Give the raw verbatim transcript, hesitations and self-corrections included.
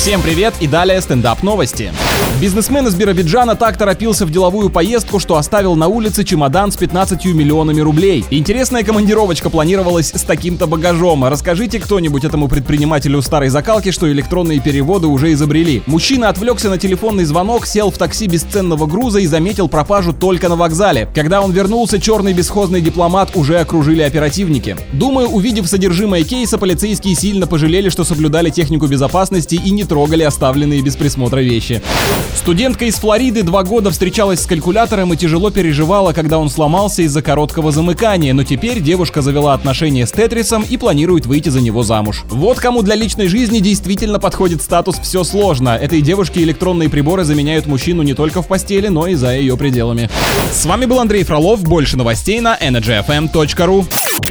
Всем привет и далее стендап новости. Бизнесмен из Биробиджана так торопился в деловую поездку, что оставил на улице чемодан с пятнадцатью миллионами рублей. Интересная командировочка планировалась с таким-то багажом. Расскажите кто-нибудь этому предпринимателю старой закалки, что электронные переводы уже изобрели. Мужчина отвлекся на телефонный звонок, сел в такси без ценного груза и заметил пропажу только на вокзале. Когда он вернулся, черный бесхозный дипломат уже окружили оперативники. Думаю, увидев содержимое кейса, полицейские сильно пожалели, что соблюдали технику безопасности и не трогали оставленные без присмотра вещи. Студентка из Флориды два года встречалась с калькулятором и тяжело переживала, когда он сломался из-за короткого замыкания, но теперь девушка завела отношения с Тетрисом и планирует выйти за него замуж. Вот кому для личной жизни действительно подходит статус «все сложно». Этой девушке электронные приборы заменяют мужчину не только в постели, но и за ее пределами. С вами был Андрей Фролов. Больше новостей на energy эф эм точка ру.